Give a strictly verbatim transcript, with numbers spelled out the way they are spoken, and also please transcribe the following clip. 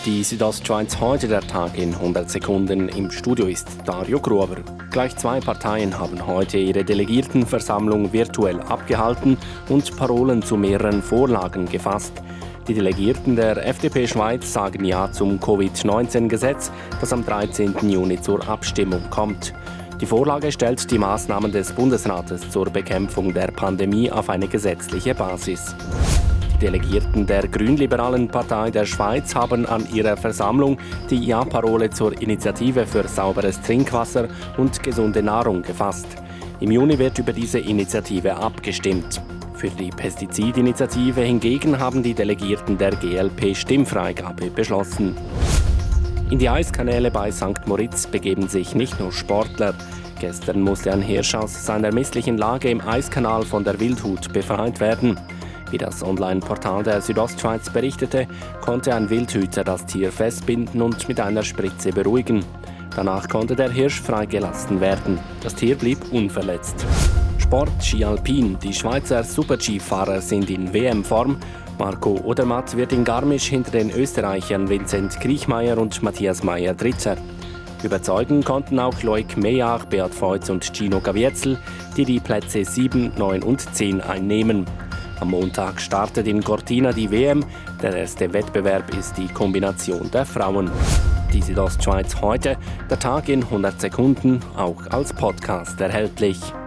Die Südostschweiz heute, der Tag in hundert Sekunden. Im Studio ist Dario Gruber. Gleich zwei Parteien haben heute ihre Delegiertenversammlung virtuell abgehalten und Parolen zu mehreren Vorlagen gefasst. Die Delegierten der F D P Schweiz sagen Ja zum Covid neunzehn Gesetz, das am dreizehnten Juni zur Abstimmung kommt. Die Vorlage stellt die Maßnahmen des Bundesrates zur Bekämpfung der Pandemie auf eine gesetzliche Basis. Die Delegierten der Grünliberalen Partei der Schweiz haben an ihrer Versammlung die Ja-Parole zur Initiative für sauberes Trinkwasser und gesunde Nahrung gefasst. Im Juni wird über diese Initiative abgestimmt. Für die Pestizidinitiative hingegen haben die Delegierten der G L P Stimmfreigabe beschlossen. In die Eiskanäle bei Sankt Moritz begeben sich nicht nur Sportler. Gestern musste ein Hirsch aus seiner misslichen Lage im Eiskanal von der Wildhut befreit werden. Wie das Online-Portal der Südostschweiz berichtete, konnte ein Wildhüter das Tier festbinden und mit einer Spritze beruhigen. Danach konnte der Hirsch freigelassen werden. Das Tier blieb unverletzt. Sport Ski Alpin. Die Schweizer Super-G-Fahrer sind in W M-Form. Marco Odermatt wird in Garmisch hinter den Österreichern Vincent Kriechmeier und Matthias Mayr Dritter. Überzeugen konnten auch Loic Meillard, Beat Feutz und Gino Gaviezel, die die Plätze sieben, neun und zehn einnehmen. Am Montag startet in Cortina die W M. Der erste Wettbewerb ist die Kombination der Frauen. Die Südostschweiz heute, der Tag in hundert Sekunden, auch als Podcast erhältlich.